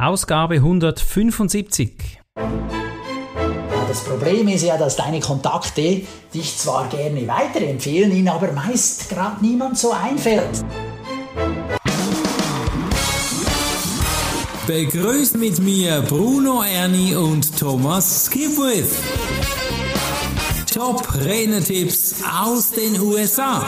Ausgabe 175. Das Problem ist ja, dass deine Kontakte dich zwar gerne weiterempfehlen, ihnen aber meist gerade niemand so einfällt. Begrüßt mit mir Bruno Erni und Thomas Skipwith. Top-Renner-Tipps aus den USA.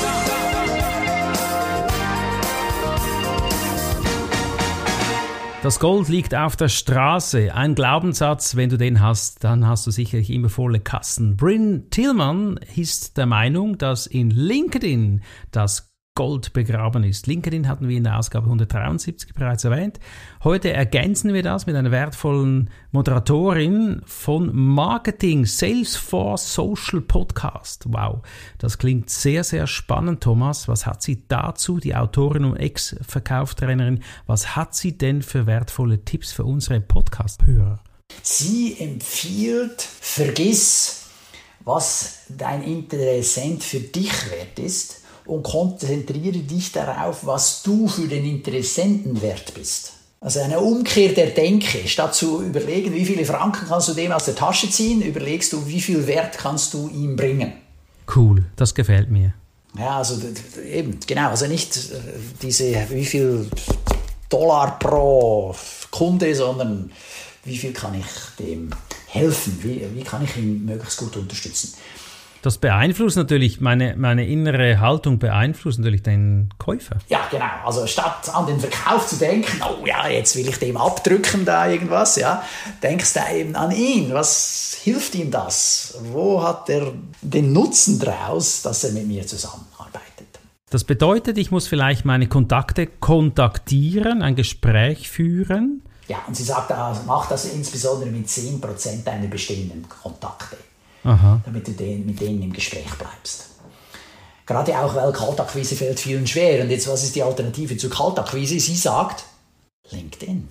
Das Gold liegt auf der Straße. Ein Glaubenssatz, wenn du den hast, dann hast du sicherlich immer volle Kassen. Bryn Tillman ist der Meinung, dass in LinkedIn das Gold begraben ist. LinkedIn hatten wir in der Ausgabe 173 bereits erwähnt. Heute ergänzen wir das mit einer wertvollen Moderatorin von Marketing Salesforce Social Podcast. Wow, das klingt sehr, sehr spannend, Thomas. Was hat sie dazu, die Autorin und Ex-Verkaufstrainerin, was hat sie denn für wertvolle Tipps für unsere Podcast-Hörer? Sie empfiehlt, vergiss, was dein Interessent für dich wert ist, und konzentriere dich darauf, was du für den Interessenten wert bist. Also eine Umkehr der Denke. Statt zu überlegen, wie viele Franken kannst du dem aus der Tasche ziehen, überlegst du, wie viel Wert kannst du ihm bringen. Cool, das gefällt mir. Ja, also eben, genau. Also nicht diese, wie viel Dollar pro Kunde, sondern wie viel kann ich dem helfen, wie kann ich ihn möglichst gut unterstützen. Das beeinflusst natürlich, meine innere Haltung beeinflusst natürlich den Käufer. Ja, genau. Also statt an den Verkauf zu denken, oh ja, jetzt will ich dem abdrücken da irgendwas, ja, denkst du eben an ihn. Was hilft ihm das? Wo hat er den Nutzen draus, dass er mit mir zusammenarbeitet? Das bedeutet, ich muss vielleicht meine Kontakte kontaktieren, ein Gespräch führen. Ja, und sie sagt, mach das insbesondere mit 10% deiner bestehenden Kontakte. Aha. Damit du mit denen im Gespräch bleibst. Gerade auch, weil Kaltakquise fällt vielen schwer. Und jetzt, was ist die Alternative zur Kaltakquise? Sie sagt, LinkedIn.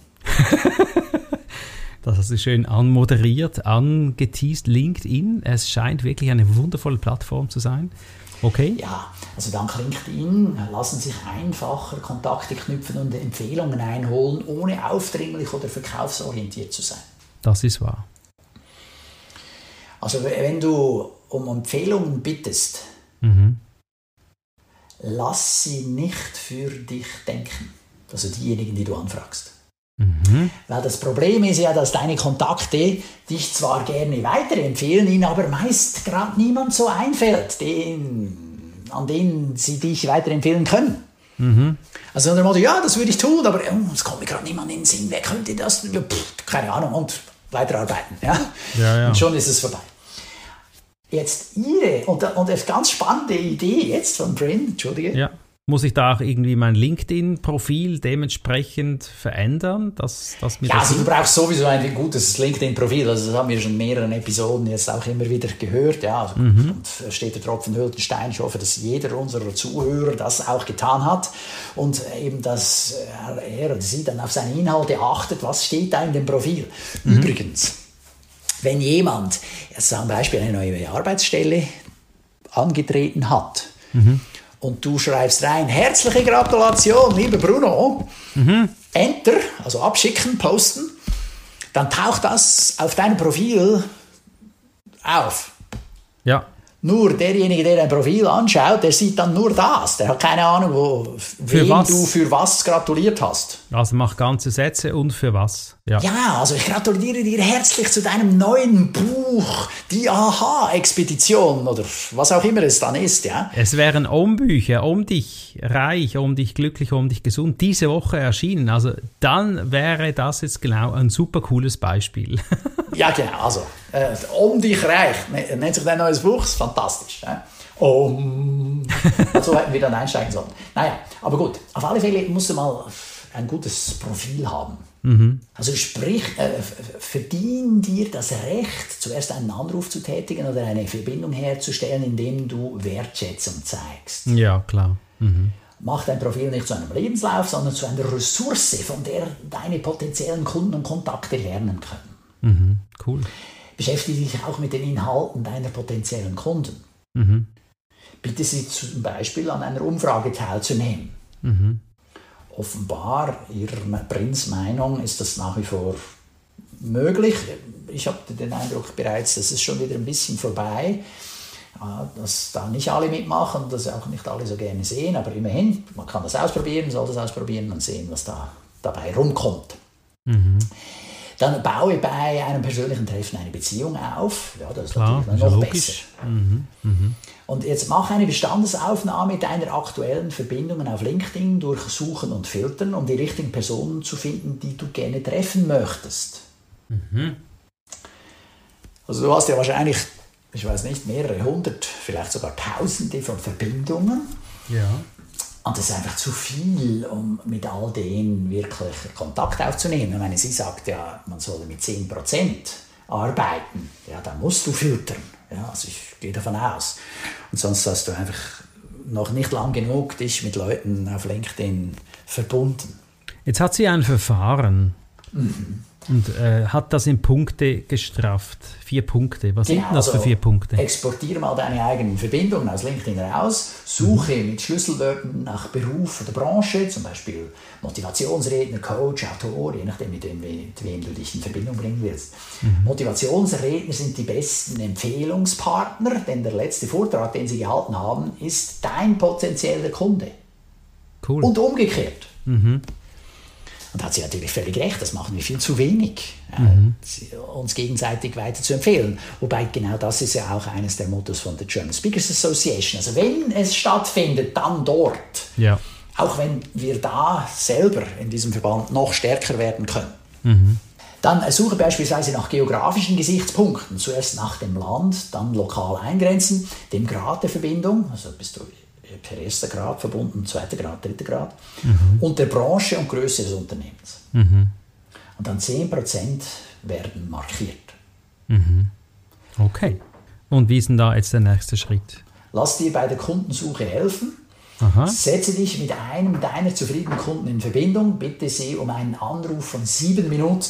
Das hast du schön anmoderiert, angeteased. LinkedIn, es scheint wirklich eine wundervolle Plattform zu sein. Okay. Ja, also dank LinkedIn lassen sich einfacher Kontakte knüpfen und Empfehlungen einholen, ohne aufdringlich oder verkaufsorientiert zu sein. Das ist wahr. Also wenn du um Empfehlungen bittest, lass sie nicht für dich denken. Also diejenigen, die du anfragst. Weil das Problem ist ja, dass deine Kontakte dich zwar gerne weiterempfehlen, ihnen aber meist gerade niemand so einfällt, an den sie dich weiterempfehlen können. Also unter dem Motto, ja, das würde ich tun, aber es kommt mir gerade niemand in den Sinn, wer könnte das? Keine Ahnung, und weiterarbeiten. Ja? Und schon ist es vorbei. Jetzt und eine ganz spannende Idee jetzt von Bryn, entschuldige. Ja. Muss ich da auch irgendwie mein LinkedIn-Profil dementsprechend verändern? Ja, also du brauchst sowieso ein gutes LinkedIn-Profil. Also das haben wir schon in mehreren Episoden jetzt auch immer wieder gehört. Ja, also und steht der Tropfen hüllt den Stein. Ich hoffe, dass jeder unserer Zuhörer das auch getan hat. Und eben, dass er oder sie dann auf seine Inhalte achtet. Was steht da in dem Profil? Übrigens, wenn jemand jetzt zum Beispiel eine neue Arbeitsstelle angetreten hat, und du schreibst rein, herzliche Gratulation, lieber Bruno, Enter, also abschicken, posten, dann taucht das auf deinem Profil auf. Ja. Nur derjenige, der dein Profil anschaut, der sieht dann nur das. Der hat keine Ahnung, wem du für was gratuliert hast. Also mach ganze Sätze und für was. Ja, also ich gratuliere dir herzlich zu deinem neuen Buch, die Aha-Expedition oder was auch immer es dann ist. Ja? Es wären Bücher um dich reich, um dich glücklich, um dich gesund, diese Woche erschienen. Also dann wäre das jetzt genau ein super cooles Beispiel. Ja, genau. Also, um dich reich, nennt sich dein neues Buch, ist fantastisch. So hätten wir dann einsteigen sollen. Naja, aber gut, auf alle Fälle musst du mal ein gutes Profil haben. Also sprich, verdien dir das Recht, zuerst einen Anruf zu tätigen oder eine Verbindung herzustellen, indem du Wertschätzung zeigst. Ja, klar. Mach dein Profil nicht zu einem Lebenslauf, sondern zu einer Ressource, von der deine potenziellen Kunden und Kontakte lernen können. Cool. Beschäftige dich auch mit den Inhalten deiner potenziellen Kunden. Bitte sie zum Beispiel an einer Umfrage teilzunehmen. offenbar, Ihrer Prinz Meinung, ist das nach wie vor möglich. Ich habe den Eindruck bereits, das ist schon wieder ein bisschen vorbei, dass da nicht alle mitmachen, dass auch nicht alle so gerne sehen, aber immerhin, man kann das ausprobieren, soll das ausprobieren und sehen, was da dabei rumkommt. Mhm. Dann baue bei einem persönlichen Treffen eine Beziehung auf. Ja, das ist natürlich noch besser. Und jetzt mach eine Bestandesaufnahme deiner aktuellen Verbindungen auf LinkedIn durch Suchen und Filtern, um die richtigen Personen zu finden, die du gerne treffen möchtest. Mhm. Also du hast ja wahrscheinlich, ich weiß nicht, mehrere hundert, vielleicht sogar Tausende von Verbindungen. Ja. Und das ist einfach zu viel, um mit all denen wirklich Kontakt aufzunehmen. Ich meine, sie sagt ja, man solle mit 10% arbeiten. Ja, da musst du filtern. Ja, also ich gehe davon aus. Und sonst hast du einfach noch nicht lang genug dich mit Leuten auf LinkedIn verbunden. Jetzt hat sie ein Verfahren. Und hat das in Punkte gestrafft. 4 Punkte. Was sind das für 4 Punkte? Exportiere mal deine eigenen Verbindungen aus LinkedIn raus. Suche mit Schlüsselwörtern nach Beruf oder Branche, zum Beispiel Motivationsredner, Coach, Autor, je nachdem, mit wem du dich in Verbindung bringen willst. Motivationsredner sind die besten Empfehlungspartner, denn der letzte Vortrag, den sie gehalten haben, ist dein potenzieller Kunde. Cool. Und umgekehrt. Und da hat sie natürlich völlig recht, das machen wir viel zu wenig, uns gegenseitig weiter zu empfehlen. Wobei genau das ist ja auch eines der Mottos von der German Speakers Association. Also wenn es stattfindet, dann dort. Ja. Auch wenn wir da selber in diesem Verband noch stärker werden können. Dann suche beispielsweise nach geografischen Gesichtspunkten. Zuerst nach dem Land, dann lokal eingrenzen, dem Grad der Verbindung, also bist du per 1. Grad verbunden, 2. Grad, 3. Grad, und der Branche und Größe des Unternehmens. Und dann 10% werden markiert. Okay. Und wie ist denn da jetzt der nächste Schritt? Lass dir bei der Kundensuche helfen. Setze dich mit einem deiner zufriedenen Kunden in Verbindung. Bitte sie um einen Anruf von 7 Minuten.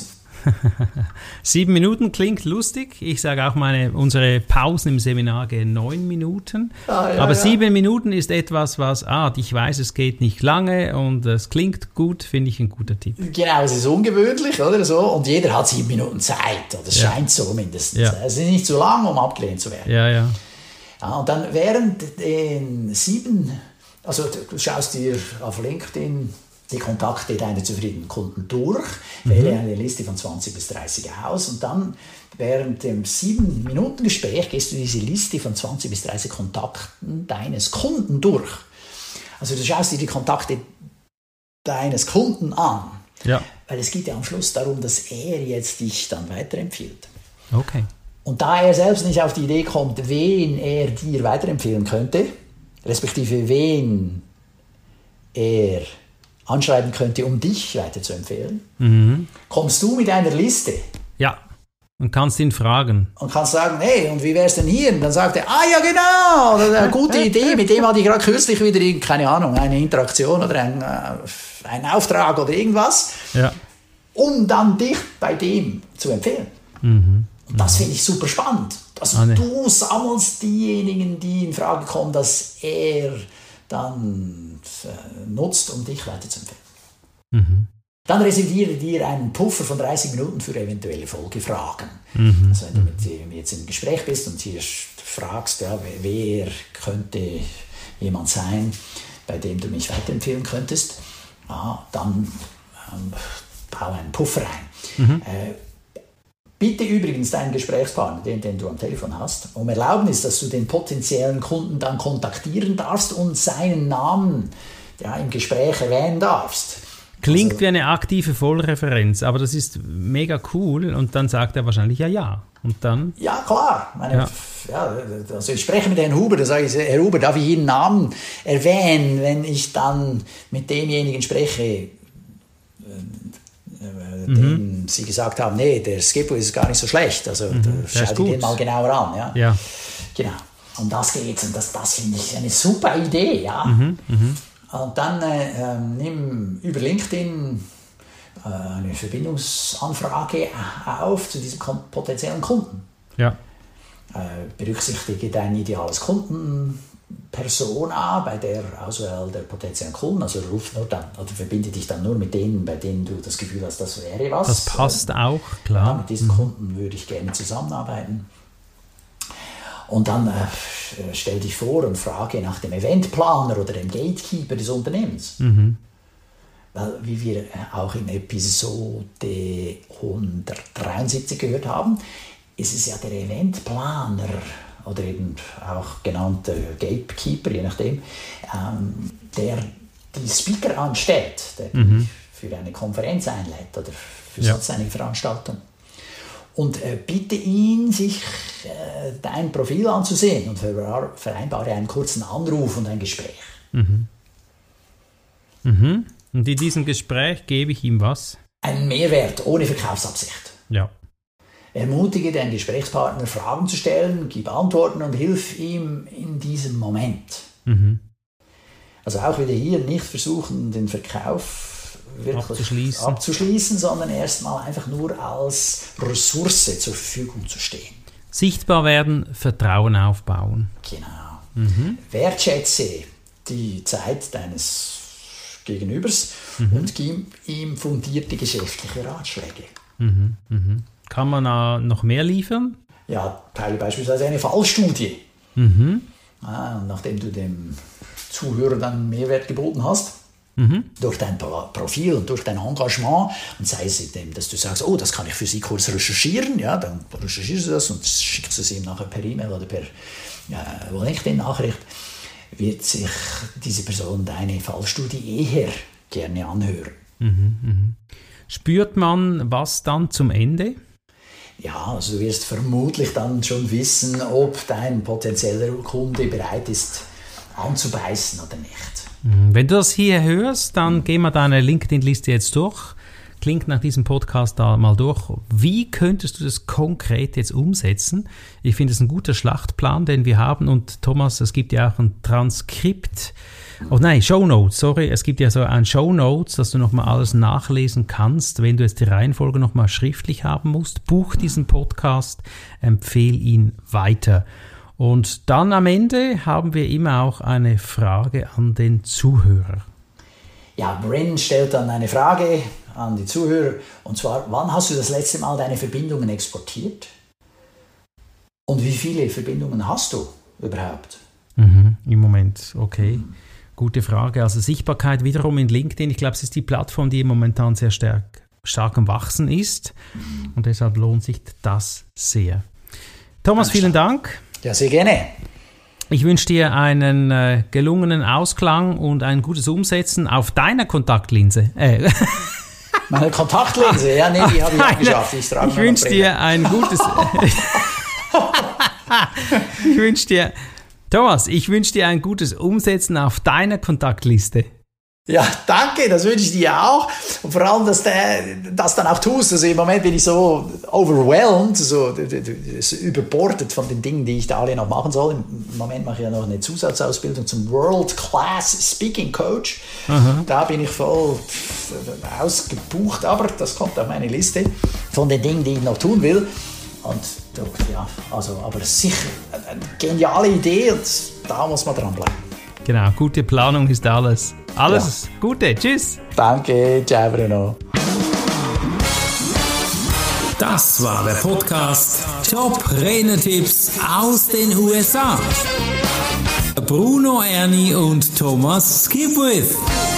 7 Minuten klingt lustig. Ich sage auch, unsere Pausen im Seminar gehen 9 Minuten. Aber 7 Minuten ist etwas, was, ich weiß, es geht nicht lange und es klingt gut, finde ich ein guter Tipp. Genau, es ist ungewöhnlich, oder so. Und jeder hat 7 Minuten Zeit, oder es scheint so mindestens. Ja. Es ist nicht zu lang, um abgelehnt zu werden. Ja, und dann während den 7, also du schaust dir auf LinkedIn die Kontakte deiner zufriedenen Kunden durch, wähle eine Liste von 20 bis 30 aus und dann während dem 7-Minuten-Gespräch gehst du diese Liste von 20 bis 30 Kontakten deines Kunden durch. Also du schaust dir die Kontakte deines Kunden an, weil es geht ja am Schluss darum, dass er jetzt dich dann weiterempfiehlt. Okay. Und da er selbst nicht auf die Idee kommt, wen er dir weiterempfehlen könnte, respektive wen er anschreiben könnte, um dich weiterzuempfehlen, kommst du mit einer Liste. Ja, und kannst ihn fragen. Und kannst sagen, hey, und wie wär's denn hier? Und dann sagt er, ja genau, das ist eine gute Idee, mit dem hatte ich gerade kürzlich wieder, keine Ahnung, eine Interaktion oder einen Auftrag oder irgendwas, um dann dich bei dem zu empfehlen. Und das finde ich super spannend. Also du sammelst diejenigen, die in Frage kommen, dass er dann nutzt, um dich weiterzuempfehlen. Dann reserviere dir einen Puffer von 30 Minuten für eventuelle Folgefragen. Also wenn du mit dem jetzt im Gespräch bist und hier fragst, wer könnte jemand sein, bei dem du mich weiterempfehlen könntest, dann bau einen Puffer ein. Bitte übrigens deinen Gesprächspartner, den du am Telefon hast, um Erlaubnis, dass du den potenziellen Kunden dann kontaktieren darfst und seinen Namen im Gespräch erwähnen darfst. Klingt wie eine aktive Vollreferenz, aber das ist mega cool und dann sagt er wahrscheinlich ja. Und dann? Ja, klar. Also ich spreche mit Herrn Huber, da sage ich, Herr Huber, darf ich Ihren Namen erwähnen, wenn ich dann mit demjenigen spreche, dem Sie gesagt haben, nee, der Skippo ist gar nicht so schlecht, also schau dir den mal genauer an. Ja. Genau, um das geht's und das finde ich eine super Idee. Ja. Und dann nimm über LinkedIn eine Verbindungsanfrage auf zu diesem potenziellen Kunden. Ja. Berücksichtige dein ideales Kundenprofil, Persona bei der Auswahl der potenziellen Kunden, also ruf nur dann, oder verbinde dich dann nur mit denen, bei denen du das Gefühl hast, das wäre was. Das passt auch, klar. Ja, mit diesen Kunden würde ich gerne zusammenarbeiten. Und dann stell dich vor und frage nach dem Eventplaner oder dem Gatekeeper des Unternehmens. Weil, wie wir auch in Episode 173 gehört haben, ist es ja der Eventplaner oder eben auch genannt Gatekeeper, je nachdem, der die Speaker anstellt, der dich für eine Konferenz einlädt oder für sonst eine Veranstaltung. Und bitte ihn, sich dein Profil anzusehen und vereinbare einen kurzen Anruf und ein Gespräch. Und in diesem Gespräch gebe ich ihm was? Einen Mehrwert ohne Verkaufsabsicht. Ja. Ermutige den Gesprächspartner, Fragen zu stellen, gib Antworten und hilf ihm in diesem Moment. Also auch wieder hier nicht versuchen, den Verkauf wirklich abzuschließen, sondern erstmal einfach nur als Ressource zur Verfügung zu stehen. Sichtbar werden, Vertrauen aufbauen. Genau. Wertschätze die Zeit deines Gegenübers und gib ihm fundierte geschäftliche Ratschläge. Kann man noch mehr liefern? Ja, teile beispielsweise eine Fallstudie. Nachdem du dem Zuhörer dann Mehrwert geboten hast, durch dein Profil und durch dein Engagement, und sei es dem, dass du sagst, oh, das kann ich für Sie kurz recherchieren, ja, dann recherchierst du das und schickst es ihm nachher per E-Mail oder per LinkedIn-Nachricht, wird sich diese Person deine Fallstudie eher gerne anhören. Spürt man was dann zum Ende? Ja, also du wirst vermutlich dann schon wissen, ob dein potenzieller Kunde bereit ist, anzubeißen oder nicht. Wenn du das hier hörst, dann geh mal deine LinkedIn-Liste jetzt durch. Klingt nach diesem Podcast da mal durch. Wie könntest du das konkret jetzt umsetzen? Ich finde es ein guter Schlachtplan, den wir haben. Und Thomas, es gibt ja auch ein Transkript. Shownotes, sorry. Es gibt ja so ein Shownotes, dass du nochmal alles nachlesen kannst. Wenn du jetzt die Reihenfolge nochmal schriftlich haben musst, buch diesen Podcast, empfehle ihn weiter. Und dann am Ende haben wir immer auch eine Frage an den Zuhörer. Ja, Bryn stellt dann eine Frage an die Zuhörer, und zwar, wann hast du das letzte Mal deine Verbindungen exportiert? Und wie viele Verbindungen hast du überhaupt? Im Moment, okay. Gute Frage. Also Sichtbarkeit wiederum in LinkedIn. Ich glaube, es ist die Plattform, die momentan sehr stark am Wachsen ist. Und deshalb lohnt sich das sehr. Thomas, vielen Dank. Ja, sehr gerne. Ich wünsche dir einen gelungenen Ausklang und ein gutes Umsetzen auf deiner Kontaktlinse. Meine Kontaktlinse? Ja, nee, die habe ich abgeschafft. Ich wünsche dir ein gutes... Thomas, ich wünsche dir ein gutes Umsetzen auf deiner Kontaktliste. Ja, danke, das wünsche ich dir auch. Und vor allem, dass du das dann auch tust. Also im Moment bin ich so overwhelmed, so überbordet von den Dingen, die ich da alle noch machen soll. Im Moment mache ich ja noch eine Zusatzausbildung zum World Class Speaking Coach. Da bin ich voll ausgebucht, aber das kommt auf meine Liste von den Dingen, die ich noch tun will. Und ja, also, aber sicher eine geniale Idee, und da muss man dranbleiben. Genau, gute Planung ist alles. Alles Gute, tschüss. Danke, ciao Bruno. Das war der Podcast Top-Renner-Tipps aus den USA. Bruno Erni und Thomas Skipwith.